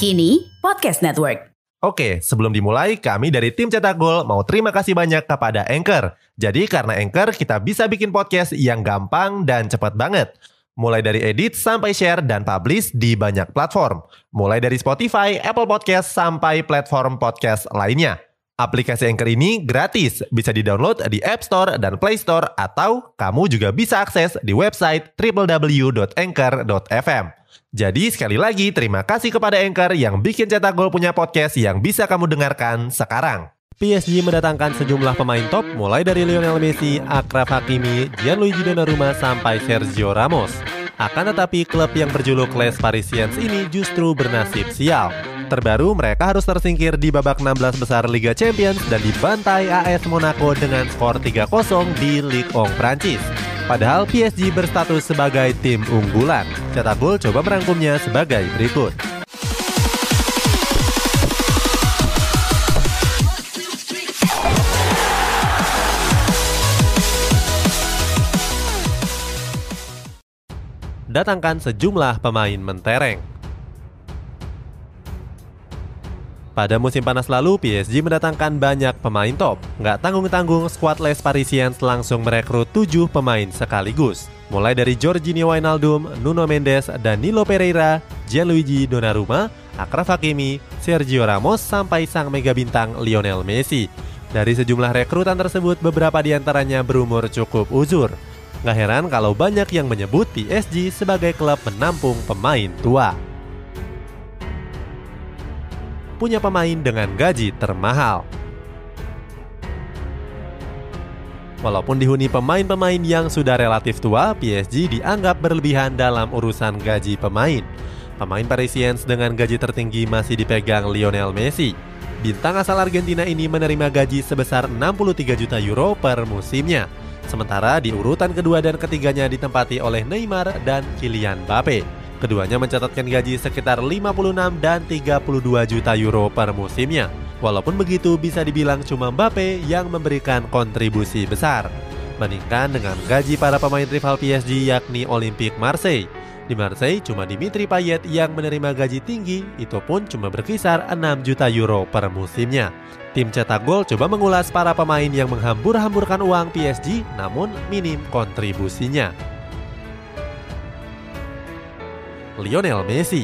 Opini Podcast Network. Oke, sebelum dimulai, kami dari tim Cetak Gol mau terima kasih banyak kepada Anchor. Jadi karena Anchor, kita bisa bikin podcast yang gampang dan cepat banget. Mulai dari edit sampai share dan publish di banyak platform. Mulai dari Spotify, Apple Podcast, sampai platform podcast lainnya. Aplikasi Anchor ini gratis, bisa di-download di App Store dan Play Store, atau kamu juga bisa akses di website www.anchor.fm. Jadi sekali lagi terima kasih kepada Anchor yang bikin Cetak Gol punya podcast yang bisa kamu dengarkan sekarang. PSG mendatangkan sejumlah pemain top mulai dari Lionel Messi, Achraf Hakimi, Gianluigi Donnarumma sampai Sergio Ramos. Akan tetapi klub yang berjuluk Les Parisiens ini justru bernasib sial. Terbaru mereka harus tersingkir di babak 16 besar Liga Champions dan dibantai AS Monaco dengan skor 3-0 di Ligue 1 Prancis. Padahal PSG berstatus sebagai tim unggulan. Cetak Gol coba merangkumnya sebagai berikut. Datangkan sejumlah pemain mentereng. Pada musim panas lalu, PSG mendatangkan banyak pemain top. Nggak tanggung-tanggung, skuad Les Parisiens langsung merekrut 7 pemain sekaligus. Mulai dari Jorginho Wijnaldum, Nuno Mendes, Danilo Pereira, Gianluigi Donnarumma, Achraf Hakimi, Sergio Ramos, sampai sang mega bintang Lionel Messi. Dari sejumlah rekrutan tersebut, beberapa diantaranya berumur cukup uzur. Nggak heran kalau banyak yang menyebut PSG sebagai klub penampung pemain tua. Punya pemain dengan gaji termahal. Walaupun dihuni pemain-pemain yang sudah relatif tua, PSG dianggap berlebihan dalam urusan gaji pemain. Pemain Parisiens dengan gaji tertinggi masih dipegang Lionel Messi. Bintang asal Argentina ini menerima gaji sebesar 63 juta euro per musimnya. Sementara di urutan kedua dan ketiganya ditempati oleh Neymar dan Kylian Mbappe. Keduanya mencatatkan gaji sekitar 56 dan 32 juta euro per musimnya. Walaupun begitu, bisa dibilang cuma Mbappe yang memberikan kontribusi besar. Bandingkan dengan gaji para pemain rival PSG yakni Olympique Marseille. Di Marseille cuma Dimitri Payet yang menerima gaji tinggi, itu pun cuma berkisar 6 juta euro per musimnya. Tim Cetak Gol coba mengulas para pemain yang menghambur-hamburkan uang PSG namun minim kontribusinya. Lionel Messi.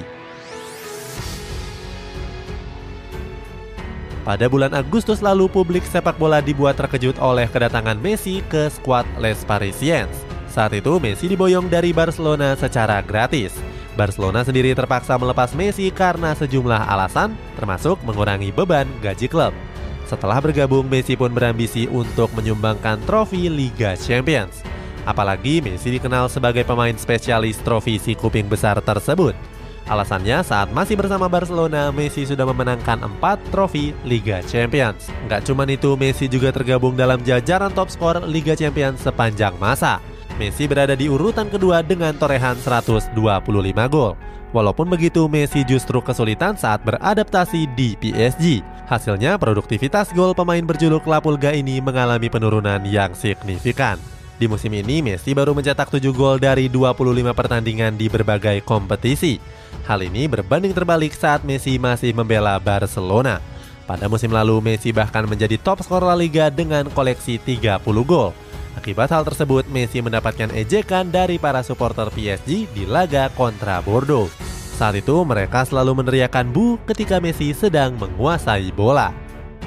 Pada bulan Agustus lalu, publik sepak bola dibuat terkejut oleh kedatangan Messi ke skuad Les Parisiens. Saat itu Messi diboyong dari Barcelona secara gratis. Barcelona sendiri terpaksa melepas Messi karena sejumlah alasan, termasuk mengurangi beban gaji klub. Setelah bergabung, Messi pun berambisi untuk menyumbangkan trofi Liga Champions. Apalagi Messi dikenal sebagai pemain spesialis trofi si kuping besar tersebut. Alasannya saat masih bersama Barcelona, Messi sudah memenangkan 4 trofi Liga Champions. Nggak cuma itu, Messi juga tergabung dalam jajaran top skor Liga Champions sepanjang masa. Messi berada di urutan kedua dengan torehan 125 gol. Walaupun begitu, Messi justru kesulitan saat beradaptasi di PSG. Hasilnya, produktivitas gol pemain berjuluk La Pulga ini mengalami penurunan yang signifikan. Di musim ini, Messi baru mencetak 7 gol dari 25 pertandingan di berbagai kompetisi. Hal ini berbanding terbalik saat Messi masih membela Barcelona. Pada musim lalu, Messi bahkan menjadi top skor La Liga dengan koleksi 30 gol. Akibat hal tersebut, Messi mendapatkan ejekan dari para supporter PSG di laga kontra Bordeaux. Saat itu, mereka selalu meneriakkan "bu" ketika Messi sedang menguasai bola.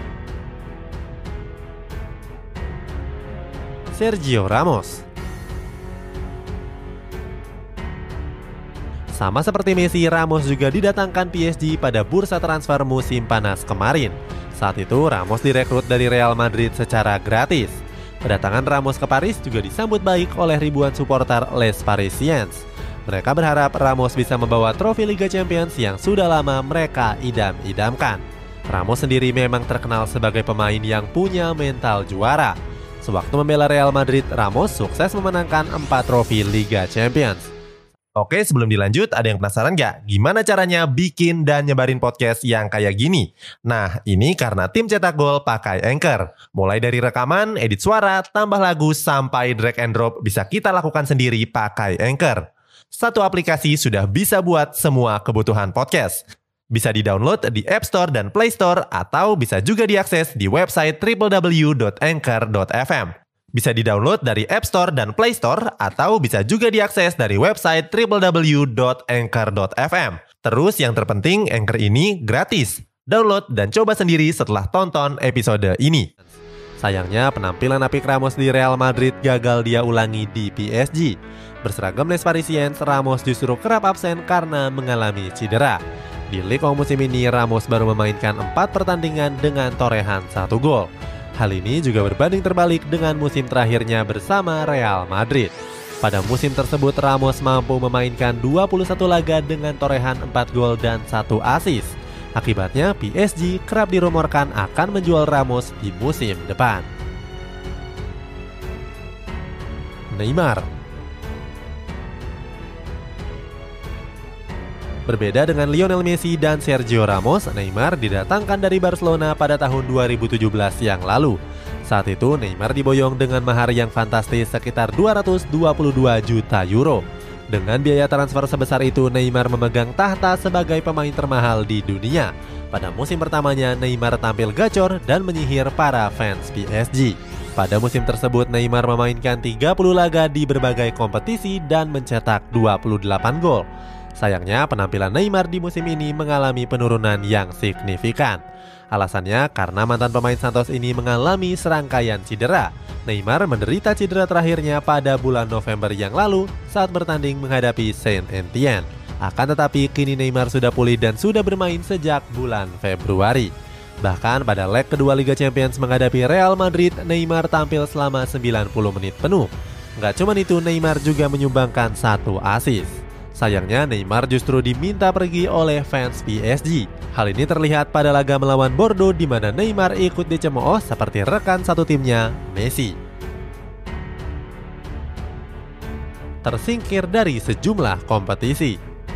Sergio Ramos. Sama seperti Messi, Ramos juga didatangkan PSG pada bursa transfer musim panas kemarin. Saat itu, Ramos direkrut dari Real Madrid secara gratis. Kedatangan Ramos ke Paris juga disambut baik oleh ribuan supporter Les Parisiens. Mereka berharap Ramos bisa membawa trofi Liga Champions yang sudah lama mereka idam-idamkan. Ramos sendiri memang terkenal sebagai pemain yang punya mental juara. Sewaktu membela Real Madrid, Ramos sukses memenangkan 4 trofi Liga Champions. Oke, sebelum dilanjut, ada yang penasaran gak? Gimana caranya bikin dan nyebarin podcast yang kayak gini? Nah, ini karena tim Cetak Gol pakai Anchor. Mulai dari rekaman, edit suara, tambah lagu, sampai drag and drop bisa kita lakukan sendiri pakai Anchor. Satu aplikasi sudah bisa buat semua kebutuhan podcast. Bisa di-download di App Store dan Play Store atau bisa juga diakses di website www.anchor.fm. Bisa di-download dari App Store dan Play Store atau bisa juga diakses dari website www.anchor.fm. Terus yang terpenting, Anchor ini gratis. Download dan coba sendiri setelah tonton episode ini. Sayangnya penampilan apik Ramos di Real Madrid gagal dia ulangi di PSG. Berseragam Les Parisiens, Ramos justru kerap absen karena mengalami cedera. Di Liga musim ini, Ramos baru memainkan 4 pertandingan dengan torehan 1 gol. Hal ini juga berbanding terbalik dengan musim terakhirnya bersama Real Madrid. Pada musim tersebut, Ramos mampu memainkan 21 laga dengan torehan 4 gol dan 1 assist. Akibatnya, PSG kerap dirumorkan akan menjual Ramos di musim depan. Neymar. Berbeda dengan Lionel Messi dan Sergio Ramos, Neymar didatangkan dari Barcelona pada tahun 2017 yang lalu. Saat itu Neymar diboyong dengan mahar yang fantastis sekitar 222 juta euro. Dengan biaya transfer sebesar itu, Neymar memegang tahta sebagai pemain termahal di dunia. Pada musim pertamanya, Neymar tampil gacor dan menyihir para fans PSG. Pada musim tersebut, Neymar memainkan 30 laga di berbagai kompetisi dan mencetak 28 gol. Sayangnya, penampilan Neymar di musim ini mengalami penurunan yang signifikan. Alasannya karena mantan pemain Santos ini mengalami serangkaian cedera. Neymar menderita cedera terakhirnya pada bulan November yang lalu saat bertanding menghadapi Saint-Étienne. Akan tetapi, kini Neymar sudah pulih dan sudah bermain sejak bulan Februari. Bahkan pada leg kedua Liga Champions menghadapi Real Madrid, Neymar tampil selama 90 menit penuh. Nggak cuma itu, Neymar juga menyumbangkan 1 assist. Sayangnya, Neymar justru diminta pergi oleh fans PSG. Hal ini terlihat pada laga melawan Bordeaux di mana Neymar ikut dicemooh seperti rekan satu timnya, Messi. Tersingkir dari sejumlah kompetisi.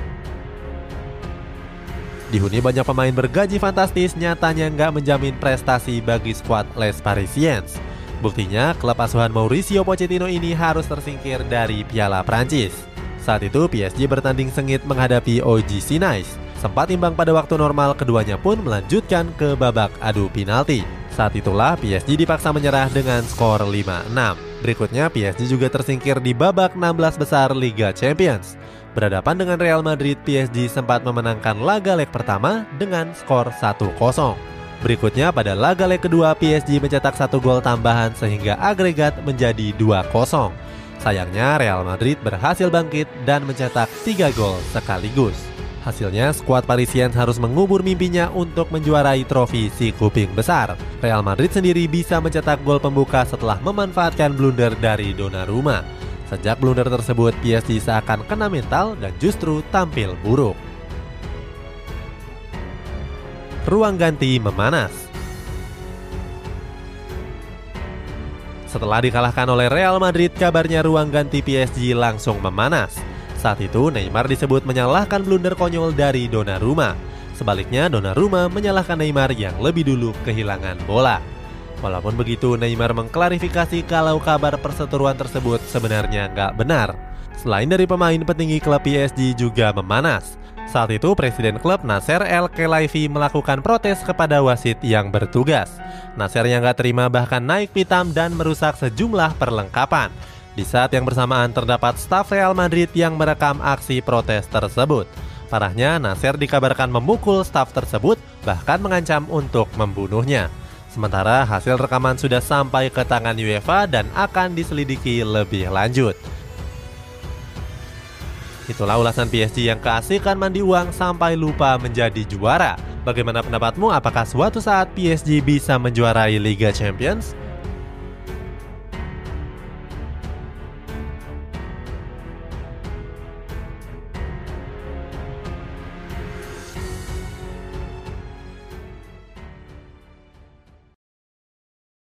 Dihuni banyak pemain bergaji fantastis, nyatanya nggak menjamin prestasi bagi skuad Les Parisiens. Buktinya, klub asuhan Mauricio Pochettino ini harus tersingkir dari Piala Prancis. Saat itu PSG bertanding sengit menghadapi OGC Nice. Sempat imbang pada waktu normal, keduanya pun melanjutkan ke babak adu penalti. Saat itulah PSG dipaksa menyerah dengan skor 5-6. Berikutnya PSG juga tersingkir di babak 16 besar Liga Champions. Berhadapan dengan Real Madrid, PSG sempat memenangkan laga leg pertama dengan skor 1-0. Berikutnya pada laga leg kedua, PSG mencetak 1 gol tambahan sehingga agregat menjadi 2-0. Sayangnya Real Madrid berhasil bangkit dan mencetak 3 gol sekaligus. Hasilnya skuad Parisiens harus mengubur mimpinya untuk menjuarai trofi si kuping besar. Real Madrid sendiri bisa mencetak gol pembuka setelah memanfaatkan blunder dari Donnarumma. Sejak blunder tersebut, PSG seakan kena mental dan justru tampil buruk. Ruang ganti memanas. Setelah dikalahkan oleh Real Madrid, kabarnya ruang ganti PSG langsung memanas. Saat itu Neymar disebut menyalahkan blunder konyol dari Donnarumma. Sebaliknya, Donnarumma menyalahkan Neymar yang lebih dulu kehilangan bola. Walaupun begitu, Neymar mengklarifikasi kalau kabar perseteruan tersebut sebenarnya nggak benar. Selain dari pemain, petinggi klub PSG juga memanas. Saat itu, Presiden klub Nasser El Khelaifi melakukan protes kepada wasit yang bertugas. Nasser yang gak terima bahkan naik pitam dan merusak sejumlah perlengkapan. Di saat yang bersamaan terdapat staf Real Madrid yang merekam aksi protes tersebut. Parahnya, Nasser dikabarkan memukul staf tersebut, bahkan mengancam untuk membunuhnya. Sementara hasil rekaman sudah sampai ke tangan UEFA dan akan diselidiki lebih lanjut. Itulah ulasan PSG yang keasikan mandi uang sampai lupa menjadi juara. Bagaimana pendapatmu? Apakah suatu saat PSG bisa menjuarai Liga Champions?